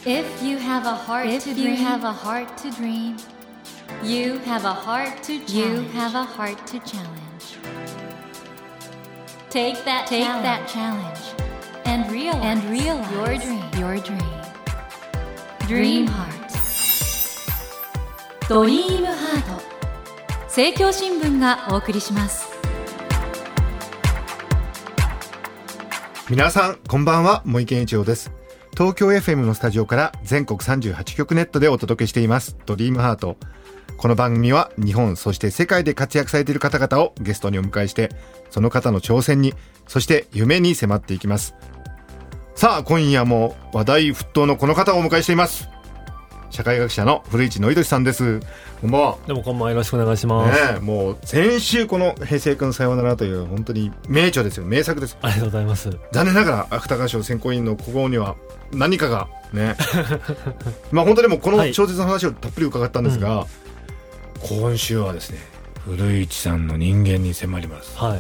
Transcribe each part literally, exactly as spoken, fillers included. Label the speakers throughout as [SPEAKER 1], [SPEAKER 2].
[SPEAKER 1] If you have a heart to dream, you have a heart to dream. You have a heart to challenge. You have a heart to challenge. Take that take challenge. that challenge and realize, and realize your dream. Your dream. Dream Heart. ドリームハート。政教新聞がお送りします。
[SPEAKER 2] 皆さんこんばんは、森健一郎です。東京 エフエム のスタジオから全国さんじゅうはちきょくネットでお届けしていますドリームハート。この番組は日本そして世界で活躍されている方々をゲストにお迎えして、その方の挑戦にそして夢に迫っていきます。さあ今夜も話題沸騰のこの方をお迎えしています。社会学者の古市憲寿さんです。こんばんは。
[SPEAKER 3] でもこんばんは、よろしくお願いします、
[SPEAKER 2] ね、もう先週この平成くんさようならという本当に名著ですよ、名作です。
[SPEAKER 3] ありがとうございます。
[SPEAKER 2] 残念ながら芥川賞選考委員のここには何かがねまあ本当にもうこの小説の話をたっぷり伺ったんですが、はい、うん、今週はですね古市さんの人間に迫ります、はい、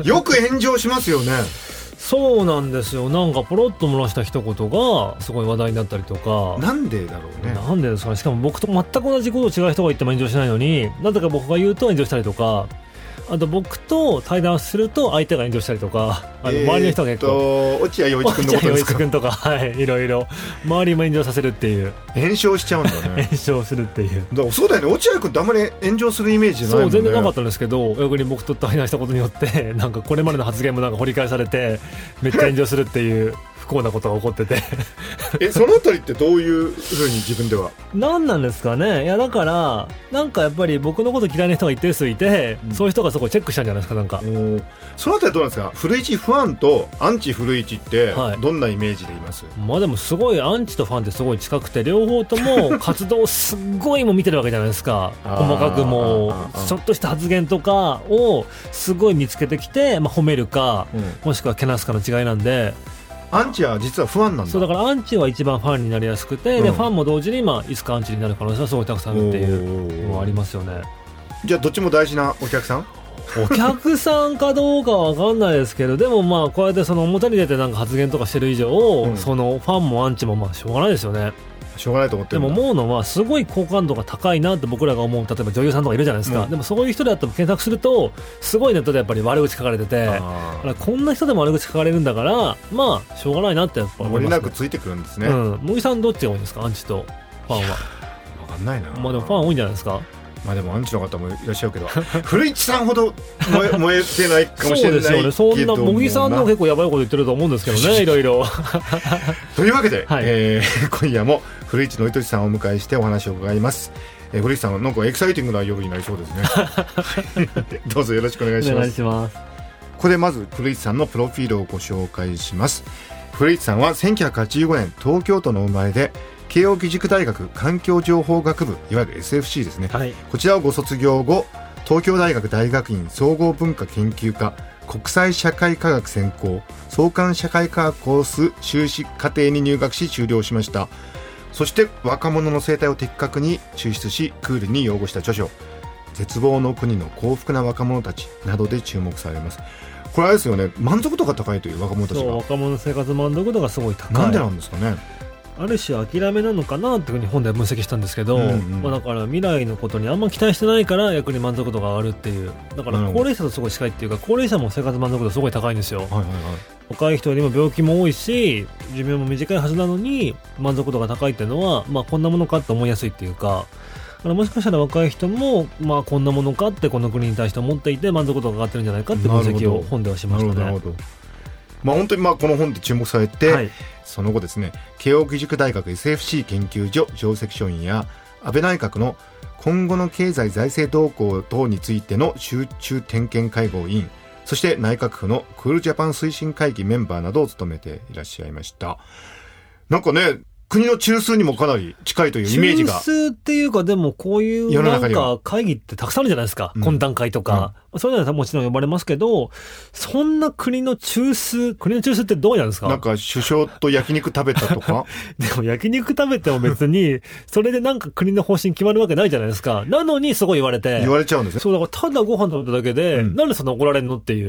[SPEAKER 2] よく炎上しますよね。
[SPEAKER 3] そうなんですよ。なんかポロッと漏らした一言がすごい話題になったりとか。
[SPEAKER 2] なんでだろうね。
[SPEAKER 3] なんでですかね。しかも僕と全く同じことを違う人が言っても炎上しないのに、なぜか僕が言うと炎上したりとか、あと僕と対談すると相手が炎上したりとか、あの周りの人が結構、
[SPEAKER 2] えー、落合陽一君のことですか。落合陽一君
[SPEAKER 3] とか、はい、いろいろ周りも炎上させるっていう。
[SPEAKER 2] 炎上しちゃうんだね。
[SPEAKER 3] 炎上するっていう。
[SPEAKER 2] だからそうだよね。落合君ってあんまり炎上するイメージないもんね。
[SPEAKER 3] そう、全然なかったんですけど、逆に僕と対談したことによってなんかこれまでの発言もなんか掘り返されてめっちゃ炎上するっていう不幸なことが起こってて
[SPEAKER 2] え、そのあたりってどういうふうに自分では
[SPEAKER 3] 何なんですかね。いやだからなんかやっぱり僕のこと嫌いな人が一定数いて、うん、そういう人がそこチェックしたんじゃないですか。なんか
[SPEAKER 2] そのあたりどうなんですか。古市ファンとアンチ古市ってどんなイメージでいます、はい、
[SPEAKER 3] まあでもすごいアンチとファンってすごい近くて、両方とも活動すっごいも見てるわけじゃないですか細かくもうちょっとした発言とかをすごい見つけてきて、まあ、褒めるか、うん、もしくはけなすかの違いなんで、
[SPEAKER 2] アンチは実は不安なんだ。
[SPEAKER 3] そうだからアンチは一番ファンになりやすくて、うん、でファンも同時に、まあ、いつかアンチになる可能性はすごいたくさんあるっていうのはありますよね。
[SPEAKER 2] じゃあどっちも大事なお客さん
[SPEAKER 3] お客さんかどうかは分かんないですけど、でもまあこうやってその表に出てなんか発言とかしてる以上、うん、そのファンもアンチもまあしょうがないですよね。
[SPEAKER 2] しょうがないと思ってるんだ。
[SPEAKER 3] でも思うのはすごい好感度が高いなって僕らが思う、例えば女優さんとかいるじゃないですか、うん、でもそういう人であっても検索するとすごいネットでやっぱり悪口書かれてて、あこんな人でも悪口書かれるんだからまあしょうがないなってやっぱ思いますね。
[SPEAKER 2] 無理なくついてくるんですね。
[SPEAKER 3] 茂木さんどっちが多いんですか、アンチとファンは。
[SPEAKER 2] 分かんないな。
[SPEAKER 3] まあでもファン多いんじゃないですか。
[SPEAKER 2] まあでもアンチの方もいらっしゃるけど古市さんほど燃え、燃えてないかもしれないけども。そうですよね。そんな茂木さんの結構やばいこと言ってると思うんですけどねいろいろというわけで、はい、えー、今夜も古市憲寿さんをお迎えしてお話を伺います。えー、古市さんなんかエキサイティングな夜になりそうですねどうぞよろしくお願いします。
[SPEAKER 3] お願いします。
[SPEAKER 2] ここでまず古市さんのプロフィールをご紹介します。古市さんはせんきゅうひゃくはちじゅうごねん東京都の生まれで、慶應義塾大学環境情報学部、いわゆる エスエフシー ですね、はい、こちらをご卒業後、東京大学大学院総合文化研究科国際社会科学専攻総監社会科学コース修士課程に入学し修了しました。そして若者の生態を的確に抽出しクールに擁護した著書絶望の国の幸福な若者たちなどで注目されます。これあれですよね、満足度が高いという若者たちが。
[SPEAKER 3] そう、若者の生活満足度がすごい高い。
[SPEAKER 2] なんでなんですかね。
[SPEAKER 3] ある種諦めなのかなっていうふうに本で分析したんですけど、うんうん、まあ、だから未来のことにあんま期待してないから逆に満足度が上がるっていう。だから高齢者とすごい近いっていうか、高齢者も生活満足度すごい高いんですよ、はいはいはい、若い人よりも病気も多いし寿命も短いはずなのに満足度が高いっていうのは、まあ、こんなものかって思いやすいっていうか、だからもしかしたら若い人も、まあ、こんなものかってこの国に対して思っていて満足度が上がってるんじゃないかって分析を本ではしましたね。
[SPEAKER 2] なるほど。まあ、本当にまあこの本で注目されて、はい、その後ですね、慶應義塾大学 エスエフシー 研究所上席書院や安倍内閣の今後の経済財政動向等についての集中点検会合委員、そして内閣府のクールジャパン推進会議メンバーなどを務めていらっしゃいました。なんかね、国の中枢にもかなり近いというイメージが。
[SPEAKER 3] 中枢っていうか、でもこういうなんか会議ってたくさんあるじゃないですか、うん、懇談会とか、うん、そういうのはもちろん呼ばれますけど、そんな国の中枢国の中枢ってどうなんですか。
[SPEAKER 2] なんか首相と焼肉食べたとか
[SPEAKER 3] でも焼肉食べても別にそれでなんか国の方針決まるわけないじゃないですか。なのにすごい言われて
[SPEAKER 2] 言われちゃうんですね。
[SPEAKER 3] そうだからただご飯食べただけで、うん、なんでそんな怒られるのっていう。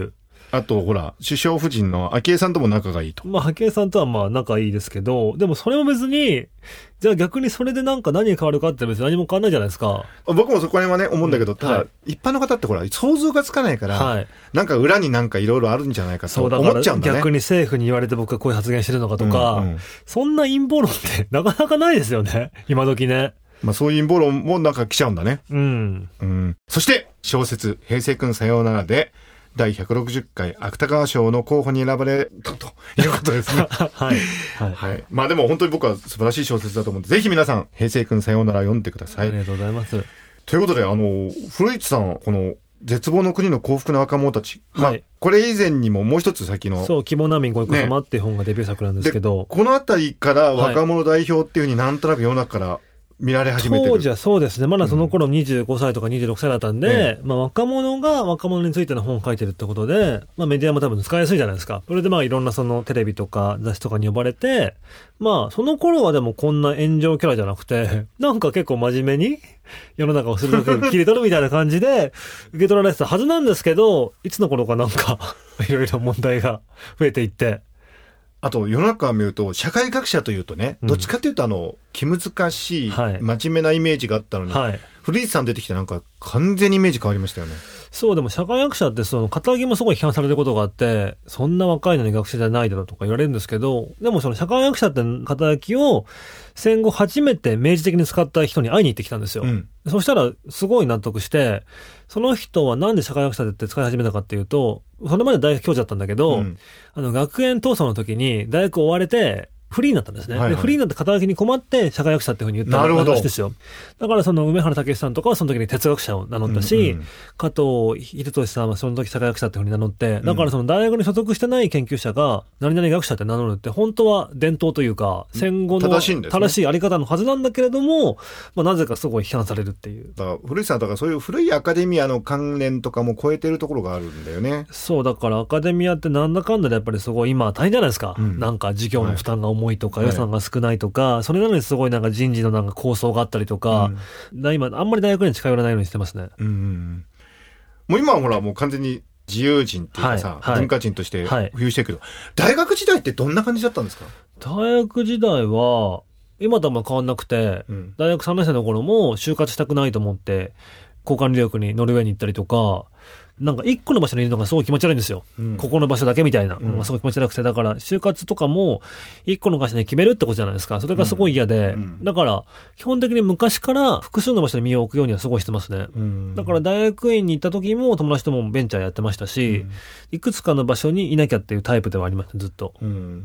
[SPEAKER 2] あとほら首相夫人の昭恵さんとも仲がいいと。
[SPEAKER 3] まあ昭恵さんとはまあ仲いいですけど、でもそれも別にじゃあ逆にそれでなんか何が変わるかって別に何も変わらないじゃないですか。
[SPEAKER 2] 僕もそこら辺はね思うんだけど、うん、ただ、はい、一般の方ってほら想像がつかないから、はい、なんか裏になんかいろいろあるんじゃないかと思っちゃうんだね。
[SPEAKER 3] 逆に政府に言われて僕がこういう発言してるのかとか、うんうん、そんな陰謀論ってなかなかないですよね今時ね。
[SPEAKER 2] まあそういう陰謀論もなんか来ちゃうんだね。
[SPEAKER 3] うん。
[SPEAKER 2] うん。そして小説平成くんさようならでだいひゃくろくじゅっかい芥川賞の候補に選ばれたということですね。
[SPEAKER 3] はい。
[SPEAKER 2] はい。はい。まあでも本当に僕は素晴らしい小説だと思うので、ぜひ皆さん平成くんさようなら読んでください。
[SPEAKER 3] ありがとうございます。
[SPEAKER 2] ということであの古市さんこの絶望の国の幸福な若者たち、はい、まあこれ以前にももう一つ先の
[SPEAKER 3] そう希望難民ご一家様っていう本がデビュー作なんですけど、
[SPEAKER 2] ね、このあたりから若者代表っていうふうになんとなく世の中から見られ始めてる。
[SPEAKER 3] 当時はそうですね。まだその頃にじゅうごさいとかにじゅうろくさいだったんで、うん、まあ若者が若者についての本を書いてるってことで、まあメディアも多分使いやすいじゃないですか。それでまあいろんなそのテレビとか雑誌とかに呼ばれて、まあその頃はでもこんな炎上キャラじゃなくて、なんか結構真面目に世の中を鋭く切り取るみたいな感じで受け取られてたはずなんですけど、いつの頃かなんかいろいろ問題が増えていって、
[SPEAKER 2] あと世の中を見ると社会学者というとね、どっちかというとあの気難しい真面目なイメージがあったのに、はい、古市さん出てきてなんか完全にイメージ変わりましたよね。
[SPEAKER 3] そう、でも社会学者ってその肩書きもすごい批判されることがあって、そんな若いのに学者じゃないだろうとか言われるんですけど、でもその社会学者って肩書きを戦後初めて明示的に使った人に会いに行ってきたんですよ、うん、そしたらすごい納得して、その人はなんで社会学者って使い始めたかっていうと、それまで大学教授だったんだけど、うん、あの学園闘争の時に大学を追われてフリーになったんですね、はいはい、でフリーになって肩書きに困って社会学者っていうふうに言った話ですよ。だからその梅原武さんとかはその時に哲学者を名乗ったし、うんうん、加藤秀俊さんはその時社会学者っていうふうに名乗って、だからその大学に所属してない研究者が何々学者って名乗るって本当は伝統というか戦後の正しいんですね、正しいあり方のはずなんだけれども、まあ、なぜかすごい批判されるっていう。
[SPEAKER 2] だから古市さんだからそういう古いアカデミアの関連とかも超えてるところがあるんだよね。
[SPEAKER 3] そう、だからアカデミアってなんだかんだでやっぱりすごい今大変じゃないですか、うん、なんか授業の負担が重いとか、はい、予算が少ないとか、それなのにすごいなんか人事のなんか構想があったりとか、うん、だ今あんまり大学に近寄らないようにしてますね、
[SPEAKER 2] うんうん、もう今はほらもう完全に自由人っていうかさ、はいはい、文化人として普及してるけど、はい、大学時代ってどんな感じだったんですか？
[SPEAKER 3] 大学時代は今とあんま変わんなくて、うん、大学さんねん生の頃も就活したくないと思って交換留学にノルウェーに行ったりとか、なんか一個の場所にいるのがすごい気持ち悪いんですよ、うん、ここの場所だけみたいなのがすごい気持ち悪くて、だから就活とかも一個の場所に決めるってことじゃないですか。それがすごい嫌で、うん、だから基本的に昔から複数の場所に身を置くようにはすごいしてますね、うん、だから大学院に行った時も友達ともベンチャーやってましたし、うん、いくつかの場所にいなきゃっていうタイプではありますずっと、うん、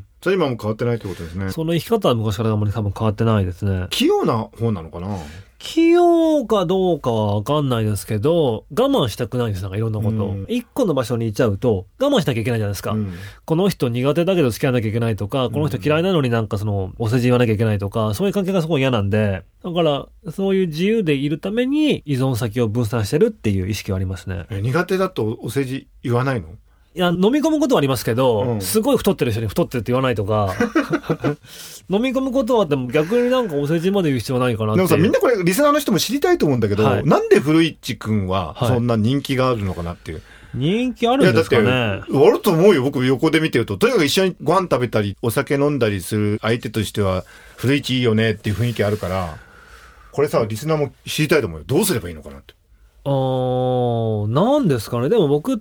[SPEAKER 2] それ今も変わってないってことですね。
[SPEAKER 3] その生き方は昔からあんまり多分変わってないですね。
[SPEAKER 2] 器用な方なのかな。
[SPEAKER 3] 器用かどうかは分かんないですけど、我慢したくないんです。なんかいろんなことを一個の場所にいちゃうと我慢しなきゃいけないじゃないですか、うん、この人苦手だけど付き合わなきゃいけないとか、この人嫌いなのになんかそのお世辞言わなきゃいけないとか、そういう関係がすごい嫌なんで、だからそういう自由でいるために依存先を分散してるっていう意識はありますね。
[SPEAKER 2] え苦手だとお世辞言わないの？
[SPEAKER 3] いや、飲み込むことはありますけど、うん、すごい太ってる人に太ってるって言わないとか飲み込むことはあっても逆になんかお世辞まで言う必要ないかなって。
[SPEAKER 2] でもさ、みんなこれリスナーの人も知りたいと思うんだけど、はい、なんで古市くんはそんな人気があるのかなっていう、はい、
[SPEAKER 3] 人気あるんですかね。いやだって
[SPEAKER 2] あると思うよ。僕横で見てると、とにかく一緒にご飯食べたりお酒飲んだりする相手としては古市いいよねっていう雰囲気あるから、これさリスナーも知りたいと思うよ。どうすればいいのかなって。
[SPEAKER 3] あー、なんですかね。でも僕って、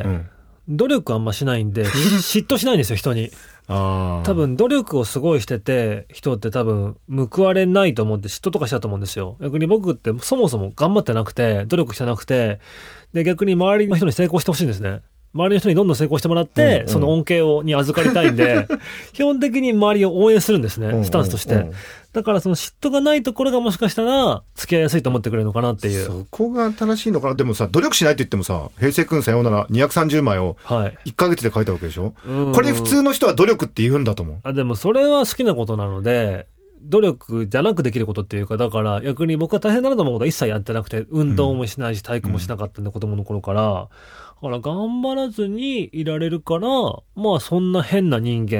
[SPEAKER 3] うん努力あんましないんで嫉妬しないんですよ人に。あ多分努力をすごいしてて人って多分報われないと思って嫉妬とかしちゃうと思うんですよ。逆に僕ってそもそも頑張ってなくて努力してなくて、で逆に周りの人に成功してほしいんですね。周りの人にどんどん成功してもらって、うんうん、その恩恵をに預かりたいんで基本的に周りを応援するんですね、うんうんうん、スタンスとして。だからその嫉妬がないところがもしかしたら付き合いやすいと思ってくれるのかなっていう。
[SPEAKER 2] そこが正しいのかな。でもさ、努力しないって言ってもさ、平成くんさようならにひゃくさんじゅうまいをいっかげつで書いたわけでしょ、はい、これ普通の人は努力って言うんだと思う。
[SPEAKER 3] あでもそれは好きなことなので、努力じゃなくできることっていうか、だから逆に僕は大変だなと思うことは一切やってなくて、運動もしないし体育もしなかったんで、うん、子供の頃からだから頑張らずにいられるから、まあそんな変な人間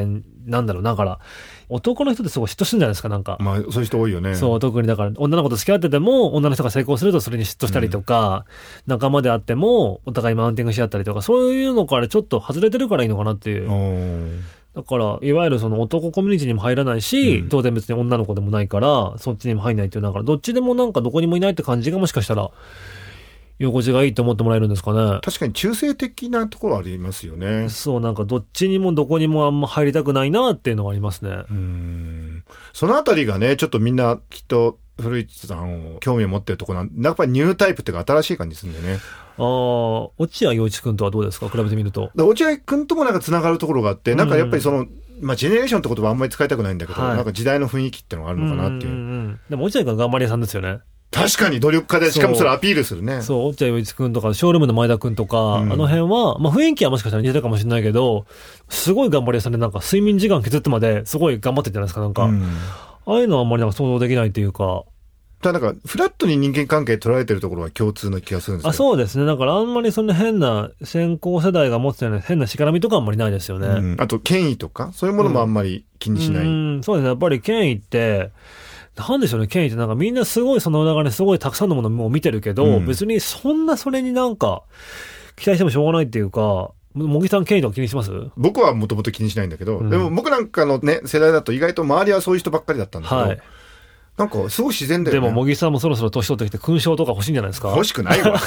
[SPEAKER 3] なんだろう、だから男の人ってすごい嫉妬するんじゃないですか、なんか。
[SPEAKER 2] まあそういう人多いよね。
[SPEAKER 3] そう、特にだから女の子と付き合ってても女の人が成功するとそれに嫉妬したりとか、うん、仲間であってもお互いマウンティングし合ったりとか、そういうのからちょっと外れてるからいいのかなっていう。だからいわゆるその男コミュニティにも入らないし、うん、当然別に女の子でもないからそっちにも入んないっていう、だからどっちでもなんかどこにもいないって感じがもしかしたら居心地がいいと思ってもらえるんですかね。
[SPEAKER 2] 確かに中性的なところありますよね。
[SPEAKER 3] そう、なんかどっちにもどこにもあんま入りたくないなっていうのがありますね。
[SPEAKER 2] うーん、そのあたりがねちょっとみんなきっと古市さんを興味を持ってるところなんで、やっぱりニュータイプっていうか新しい感じするんだよね。
[SPEAKER 3] ああ、落合陽一君とはどうですか、比べてみると。
[SPEAKER 2] 落合君ともなんかつながるところがあって、なんかやっぱりその、まあ、ジェネレーションって言葉あんまり使いたくないんだけど、はい、なんか時代の雰囲気ってのがあるのかなっていう。うんうんうん、
[SPEAKER 3] でも落合君は頑張り屋さんですよね。
[SPEAKER 2] 確かに努力家で、しかもそれアピールするね。
[SPEAKER 3] そう、落合陽一君とかショールームの前田君とか、うん、あの辺は、まあ、雰囲気はもしかしたら似てるかもしれないけど、すごい頑張り屋さんで、なんか睡眠時間削ってまですごい頑張ってるじゃないですか、なんか、うん、ああいうのはあんまりなんか想像できないっていうか。
[SPEAKER 2] ただなんかフラットに人間関係捉えてるところは共通な気がするんですよ。
[SPEAKER 3] あ、そうですね。だからあんまりそんな変な先行世代が持ってたような変なしがらみとかあんまりないですよね。うん、
[SPEAKER 2] あと権威とかそういうものもあんまり気にしない。
[SPEAKER 3] うん、うんそうですね。やっぱり権威ってなんでしょうね。権威ってなんかみんなすごいその中ですごいたくさんのものを見てるけど、うん、別にそんなそれになんか期待してもしょうがないっていうか。茂木さん権威とか気にします？
[SPEAKER 2] 僕はもともと気にしないんだけど、うん、でも僕なんかのね世代だと意外と周りはそういう人ばっかりだったんだけど。はい、なんかすごい自然だよね。
[SPEAKER 3] でも茂木さんもそろそろ年取ってきて勲章とか欲しいんじゃないですか？
[SPEAKER 2] 欲しくないわ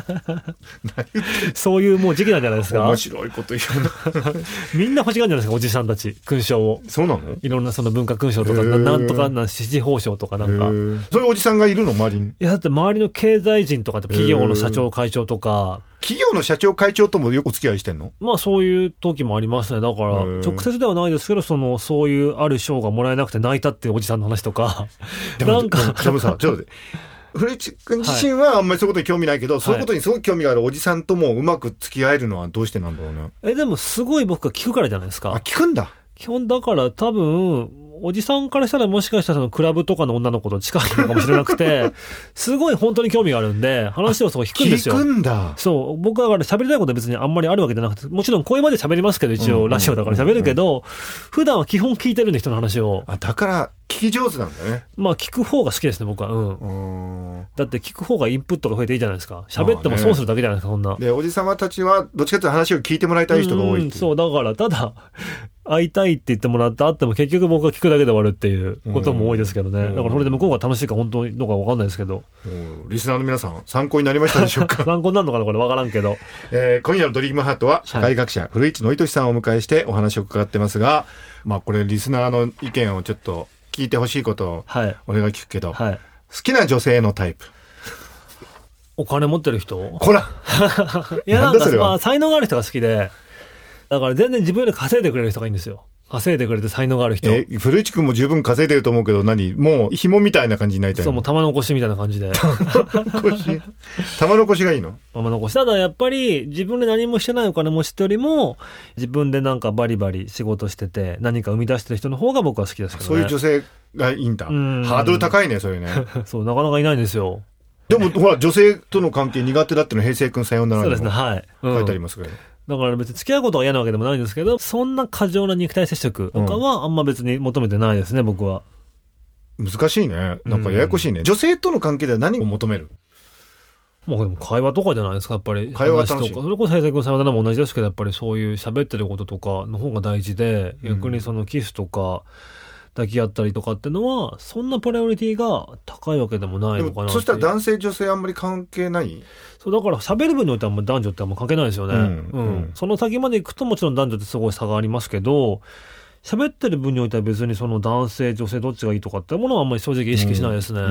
[SPEAKER 3] そういうもう時期なんじゃないですか？
[SPEAKER 2] 面白いこと言うな
[SPEAKER 3] みんな欲しがるんじゃないですか、おじさんたち勲章を。
[SPEAKER 2] そうなの？
[SPEAKER 3] いろんなその文化勲章とかなんとかな支宝章とかなんか
[SPEAKER 2] そういうおじさんがいるの周りに。
[SPEAKER 3] いやだって周りの経済人とか企業の社長会長とか。
[SPEAKER 2] 企業の社長会長ともよくお付き合いしてんの？
[SPEAKER 3] まあそういう時もありますね。だから直接ではないですけど、そのそういうある賞がもらえなくて泣いたっていうおじさんの話とか
[SPEAKER 2] でもなんかでもさちょっと古市君自身はあんまりそういうことに興味ないけど、はい、そういうことにすごく興味があるおじさんともうまく付き合えるのはどうしてなんだろうね。
[SPEAKER 3] えでもすごい僕が聞くからじゃないですか。
[SPEAKER 2] あ、聞くんだ。
[SPEAKER 3] 基本だから多分おじさんからしたらもしかしたらそのクラブとかの女の子と近いのかもしれなくてすごい本当に興味があるんで話をすごい聞くんですよ。
[SPEAKER 2] 聞くんだ。
[SPEAKER 3] そう、僕は喋りたいことは別にあんまりあるわけじゃなくて、もちろん声まで喋りますけど一応ラジオだから喋るけど、うんうんうん、普段は基本聞いてるんで人の話を。
[SPEAKER 2] あ、だから聞き上手なんだね。
[SPEAKER 3] まあ聞く方が好きですね僕は。うん。うんだって聞く方がインプットが増えていいじゃないですか。喋っても損するだけじゃないですか、そんな。
[SPEAKER 2] でおじさまたちはどっちかというと話を聞いてもらいたい人が多いっていう。
[SPEAKER 3] うん、そうだからただ会いたいって言ってもらって会っても結局僕が聞くだけで終わるっていうことも多いですけどね。だからそれで向こうが楽しいか本当にどうか分かんないですけど。
[SPEAKER 2] リスナーの皆さん参考になりましたでしょうか？
[SPEAKER 3] 参考になるのかなこれ分からんけど、
[SPEAKER 2] えー、今夜のドリームハートは社会学者、はい、古市憲寿さんをお迎えしてお話を伺ってますが、まあこれリスナーの意見をちょっと聞いてほしいことを俺が聞くけど、はいはい、好きな女性のタイプ。
[SPEAKER 3] お金持ってる人？
[SPEAKER 2] こら
[SPEAKER 3] いやなんかまあ才能がある人が好きで、だから全然自分より稼いでくれる人がいいんですよ。稼いでくれて才能がある人。
[SPEAKER 2] え、古市君も十分稼いでると思うけど、何もう紐みたいな感じになりたいの？
[SPEAKER 3] そう、もう玉の腰みたいな感じで。
[SPEAKER 2] 玉の腰玉の腰がいいの？
[SPEAKER 3] 玉の腰。ただやっぱり自分で何もしてないお金持ちよりも自分でなんかバリバリ仕事してて何か生み出してる人の方が僕は好きですけどね。
[SPEAKER 2] そういう女性がいいんだ。んハードル高いね、それね。
[SPEAKER 3] そう、なかなかいないんですよ。
[SPEAKER 2] でもほら女性との関係苦手だっての平成君さようならにも
[SPEAKER 3] そうですね、はい、
[SPEAKER 2] 書いてありますけど、うん、
[SPEAKER 3] だから別に付き合うことが嫌なわけでもないんですけど、そんな過剰な肉体接触とかはあんま別に求めてないですね、うん、僕は。
[SPEAKER 2] 難しいね。なんかややこしいね、うん、女性との関係では何を求める？
[SPEAKER 3] まあでも会話とかじゃないですか、やっぱり。
[SPEAKER 2] 会話が楽しい。
[SPEAKER 3] それこそ平成君さようならも同じですけど、やっぱりそういう喋ってることとかの方が大事で、うん、逆にそのキスとか抱き合ったりとかってのはそんなプライオリティが高いわけでもないのかなって。
[SPEAKER 2] そしたら男性女性あんまり関係ない？
[SPEAKER 3] そうだから喋る分においては男女ってあんま関係ないですよね、うんうんうん、その先まで行くともちろん男女ってすごい差がありますけど、喋ってる分においては別にその男性女性どっちがいいとかってものはあんまり正直意識しないですね、うんうん、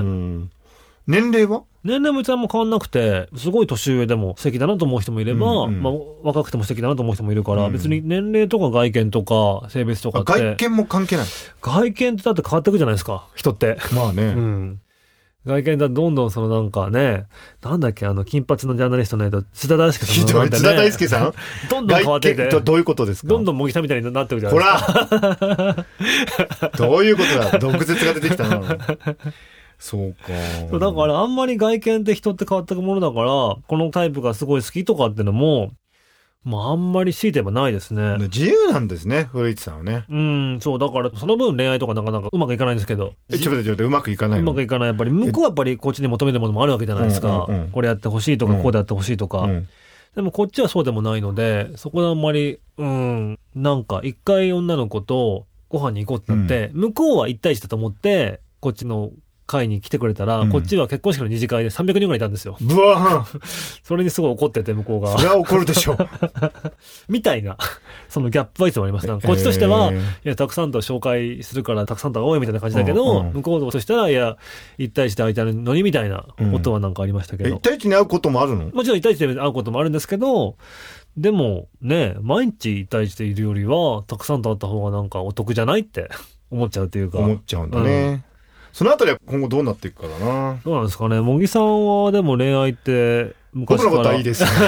[SPEAKER 2] 年齢は
[SPEAKER 3] 年齢も別にあんま変わんなくて、すごい年上でも素敵だなと思う人もいれば、うんうんまあ、若くても素敵だなと思う人もいるから、うん、別に年齢とか外見とか性別とかって
[SPEAKER 2] 外見も関係ない。
[SPEAKER 3] 外見ってだって変わってくじゃないですか人って。
[SPEAKER 2] まあね、
[SPEAKER 3] うん、外見だとどんどんそのなんかね、なんだっけあの金髪のジャーナリストの間津田大輔さんの、ね、
[SPEAKER 2] 津田大輔さん
[SPEAKER 3] どんどん変わっていて、
[SPEAKER 2] どういうことですか？
[SPEAKER 3] どんどん茂木さんみたいになってるじゃないですか。ほら
[SPEAKER 2] どういうことだ、毒舌が出てきたな。そうか。
[SPEAKER 3] そうだからあんまり外見って人って変わってくものだから、このタイプがすごい好きとかってのもまああんまり強いてはないですね。
[SPEAKER 2] 自由なんですね、古市さんはね。
[SPEAKER 3] うん、そうだからその分恋愛とかなかなかうまくいかないんですけど。
[SPEAKER 2] え、ちょっとちょっとうまくいかないの？
[SPEAKER 3] うまくいかない。やっぱり向こうはやっぱりこっちに求めるものもあるわけじゃないですか。
[SPEAKER 2] うんうんうん、こ
[SPEAKER 3] れやってほしいとか、うん、こうでやってほしいとか、うん。でもこっちはそうでもないので、そこであんまり、うん、なんか一回女の子とご飯に行こうってなって、うん、向こうはいち対いちだと思って、こっちの会に来てくれたら、うん、こっちは結婚式の二次会でさんびゃくにんぐらいいたんですよ。
[SPEAKER 2] ぶわー
[SPEAKER 3] それにすごい怒ってて、向こうが。
[SPEAKER 2] それは怒るでしょ。
[SPEAKER 3] みたいな、そのギャップはいつもあります。なんかこっちとしては、いや、たくさんと紹介するから、たくさんと会おうみたいな感じだけど、うんうん、向こうとしたら、いや、一対一で会いたいのにみたいなことはなんかありましたけど。
[SPEAKER 2] うん、一対一に会うこともあるの？
[SPEAKER 3] もちろん一対一で会うこともあるんですけど、でもね、毎日一対一でいるよりは、たくさんと会った方がなんかお得じゃないって思っちゃうっていうか。
[SPEAKER 2] 思っちゃうんだね。うん、そのあたりは今後どうなっていくかだな。
[SPEAKER 3] どうなんですかね。茂木さんはでも恋愛って昔から。
[SPEAKER 2] 僕のことはいいですね。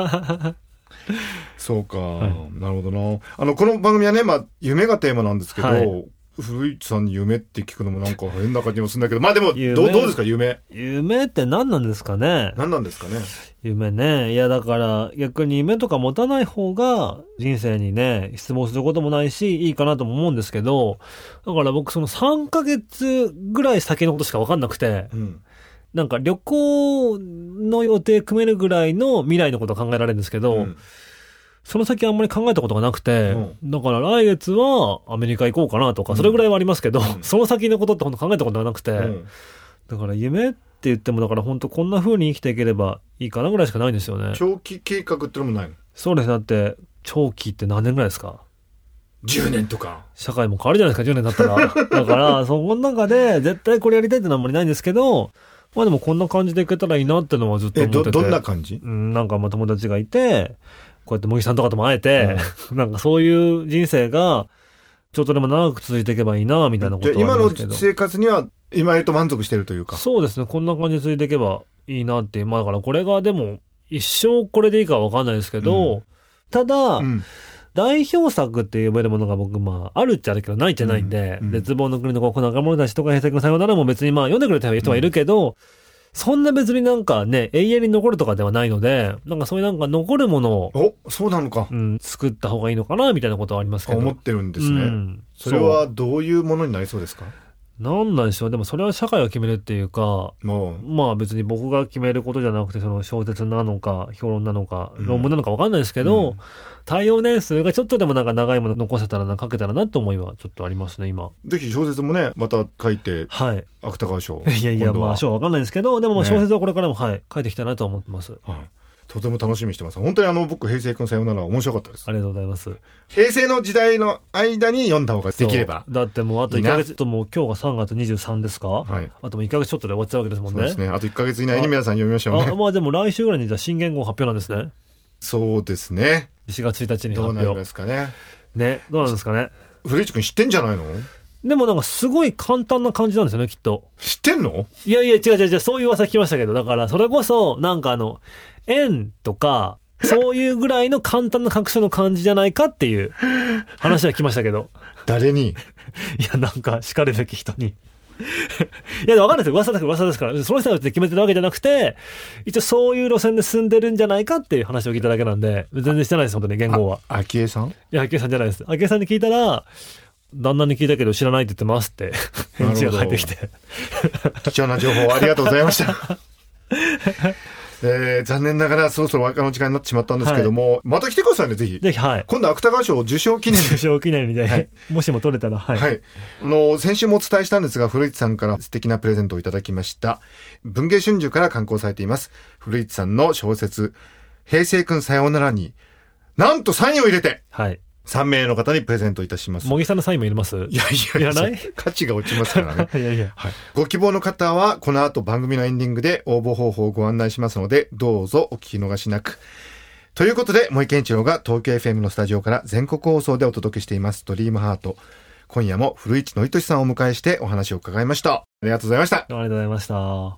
[SPEAKER 2] そうか、はい、なるほどな。あのこの番組はね、まあ、夢がテーマなんですけど、はい、古市さんに夢って聞くのもなんか変な感じもするんだけど、まあでも ど, どうですか夢。
[SPEAKER 3] 夢って何なんですかね。
[SPEAKER 2] 何なんですかね。
[SPEAKER 3] 夢ね。いやだから逆に夢とか持たない方が人生にね失望することもないしいいかなとも思うんですけど、だから僕そのさんかげつぐらい先のことしか分かんなくて、うん、なんか旅行の予定組めるぐらいの未来のことは考えられるんですけど、うん、その先あんまり考えたことがなくて、うん、だから来月はアメリカ行こうかなとか、それぐらいはありますけど、うん、その先のことって本当考えたことがなくて、うん、だから夢って言ってもだから本当こんな風に生きていければいいかなぐらいしかないんですよね。
[SPEAKER 2] 長期計画ってのもないの？
[SPEAKER 3] そうです。だって長期って何年ぐらいですか？
[SPEAKER 2] じゅうねんとか。
[SPEAKER 3] 社会も変わるじゃないですか、じゅうねんだったら。だからそこの中で絶対これやりたいってのはあんまりないんですけど、まあでもこんな感じでいけたらいいなってのはずっと思ってて。
[SPEAKER 2] え、ど、どんな感じ？
[SPEAKER 3] うん、なんかまあ友達がいて、こうやって茂木さんとかとも会えて、うん、なんかそういう人生がちょっとでも長く続いていけばいいなみたいなことはありますけど。
[SPEAKER 2] 今の生活には今言うと満足してるというか。
[SPEAKER 3] そうですね。こんな感じで続いていけばいいなって。まあだからこれがでも一生これでいいかは分かんないですけど、うん、ただ、うん、代表作って呼べるものが僕まああるっちゃあるけどないっちゃないんで、うん、絶望の国のここ仲間たちとか平成のさよならも別にまあ読んでくれた人はいるけど、うん、そんな別になんかね永遠に残るとかではないので、なんかそういうなんか残るものを
[SPEAKER 2] おそうなのか、
[SPEAKER 3] うん、作った方がいいのかなみたいなことはありますけど。
[SPEAKER 2] 思ってるんですね、うん、それはどういうものになりそうですか？
[SPEAKER 3] なんなんでしょう。でもそれは社会が決めるっていうか、まあ別に僕が決めることじゃなくて、その小説なのか評論なのか論文なのか分かんないですけど、うん、対応年数がちょっとでもなんか長いもの残せたらな、書けたらなって思いはちょっとありますね今。
[SPEAKER 2] ぜひ小説もねまた書いて、はい、芥川賞。
[SPEAKER 3] いやいやまあ賞は分かんないですけど、でもまあ小説はこれからも、ね、はい書いていきたいなと思ってます。はい、
[SPEAKER 2] とても楽しみにしてます。本当にあの僕平成くんさよなら面白かったです。
[SPEAKER 3] ありがとうございます。
[SPEAKER 2] 平成の時代の間に読んだ方ができれば。
[SPEAKER 3] だってもうあといっかげつと、もう今日がさんがつにじゅうさんですか、はい、あともういっかげつちょっとで終わっちゃうわけですもんね。
[SPEAKER 2] そうですね。あといっかげつ以内に皆さん読みましょうね。
[SPEAKER 3] ああ、まあでも来週ぐらいにじゃあ新元号発表なんですね。
[SPEAKER 2] そうですね。
[SPEAKER 3] しがつついたちに発表。
[SPEAKER 2] どうなりますかね。
[SPEAKER 3] ね、どうなんですかね。
[SPEAKER 2] 古市くん知ってんじゃないの？
[SPEAKER 3] でもなんかすごい簡単な感じなんですよねきっと。
[SPEAKER 2] 知ってんの？
[SPEAKER 3] いやいや違う違う違う、そういう噂聞きましたけど、だからそれこそなんかあの円とかそういうぐらいの簡単な確証の感じじゃないかっていう話は聞きましたけど。
[SPEAKER 2] 誰に？い
[SPEAKER 3] やなんか叱るべき人に。いや分かんないですよ、噂だから噂ですから、その人たちで決めてるわけじゃなくて、一応そういう路線で進んでるんじゃないかっていう話を聞いただけなんで、全然してないです本当に言語は。
[SPEAKER 2] あ、昭恵さん？い
[SPEAKER 3] や昭恵さんじゃないです。昭恵さんに聞いたら、旦那に聞いたけど知らないって言ってますって返事が返ってきて。
[SPEAKER 2] 貴重な情報ありがとうございました。えー、残念ながらそろそろお別れの時間になってしまったんですけども、はい、また来てくださいねぜひ。
[SPEAKER 3] ぜひ、はい、
[SPEAKER 2] 今度芥川賞受賞記念
[SPEAKER 3] 受賞記念みたいな、はい、もしも取れたら、はい
[SPEAKER 2] はい、あの先週もお伝えしたんですが、古市さんから素敵なプレゼントをいただきました。文藝春秋から刊行されています古市さんの小説平成くんさようならになんとサインを入れて、はい、さんめいの方にプレゼントいたします。
[SPEAKER 3] 茂木さんのサインも入れます？い
[SPEAKER 2] やいやいや、いらない価値が落ちますからね。いやいや、はい、ご希望の方はこの後番組のエンディングで応募方法をご案内しますので、どうぞお聞き逃しなく。ということで、森健一郎が東京 エフエム のスタジオから全国放送でお届けしていますドリームハート。今夜も古市憲寿さんをお迎えしてお話を伺いました。ありがとうございました。
[SPEAKER 3] ありがとうございました。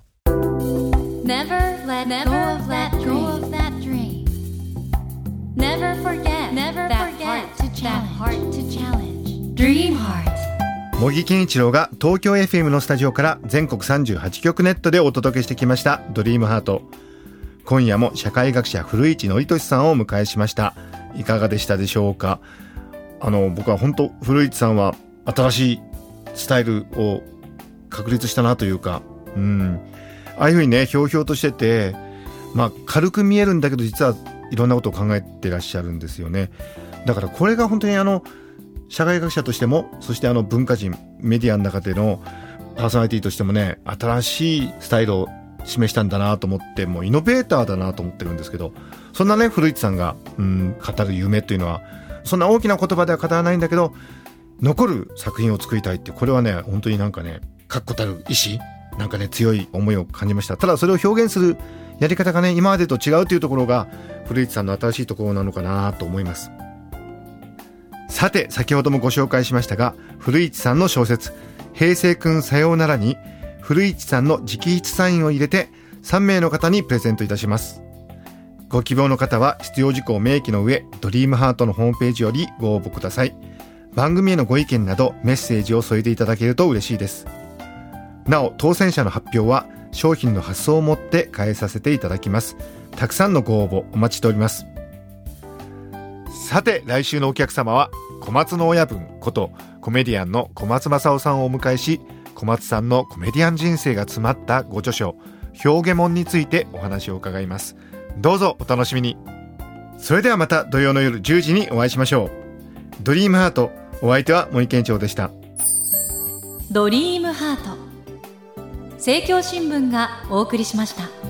[SPEAKER 1] Never let go of that dream. Never forget that heart to challenge. Dream Heart.
[SPEAKER 2] 茂木健一郎が東京 エフエム のスタジオから全国さんじゅうはちきょくネットでお届けしてきましたドリームハート。 今夜も社会学者古市憲寿さんをお迎えしました。いかがでしたでしょうか。あの僕は本当古市さんは新しいスタイルを確立したなというか、うん、ああいうふうにねひょうひょうとしてて、まあ、軽く見えるんだけど実はいろんなことを考えてらっしゃるんですよね。だからこれが本当にあの社会学者としても、そしてあの文化人メディアの中でのパーソナリティとしてもね、新しいスタイルを示したんだなと思って、もうイノベーターだなと思ってるんですけど、そんなね古市さんが、うん、語る夢というのはそんな大きな言葉では語らないんだけど、残る作品を作りたいって、これはね本当になんかね確固たる意志、なんかね強い思いを感じました。ただそれを表現するやり方がね今までと違うというところが古市さんの新しいところなのかなと思います。さて先ほどもご紹介しましたが、古市さんの小説平成くんさようならに古市さんの直筆サインを入れてさんめいの方にプレゼントいたします。ご希望の方は必要事項を明記の上、ドリームハートのホームページよりご応募ください。番組へのご意見などメッセージを添えていただけると嬉しいです。なお当選者の発表は商品の発送をもって返させていただきます。たくさんのご応募お待ちしております。さて来週のお客様は小松の親分ことコメディアンの小松正夫さんをお迎えし、小松さんのコメディアン人生が詰まったご著書表現門についてお話を伺います。どうぞお楽しみに。それではまた土曜の夜じゅうじにお会いしましょう。ドリームハート、お相手は森健長でした。
[SPEAKER 1] ドリームハート、政教新聞がお送りしました。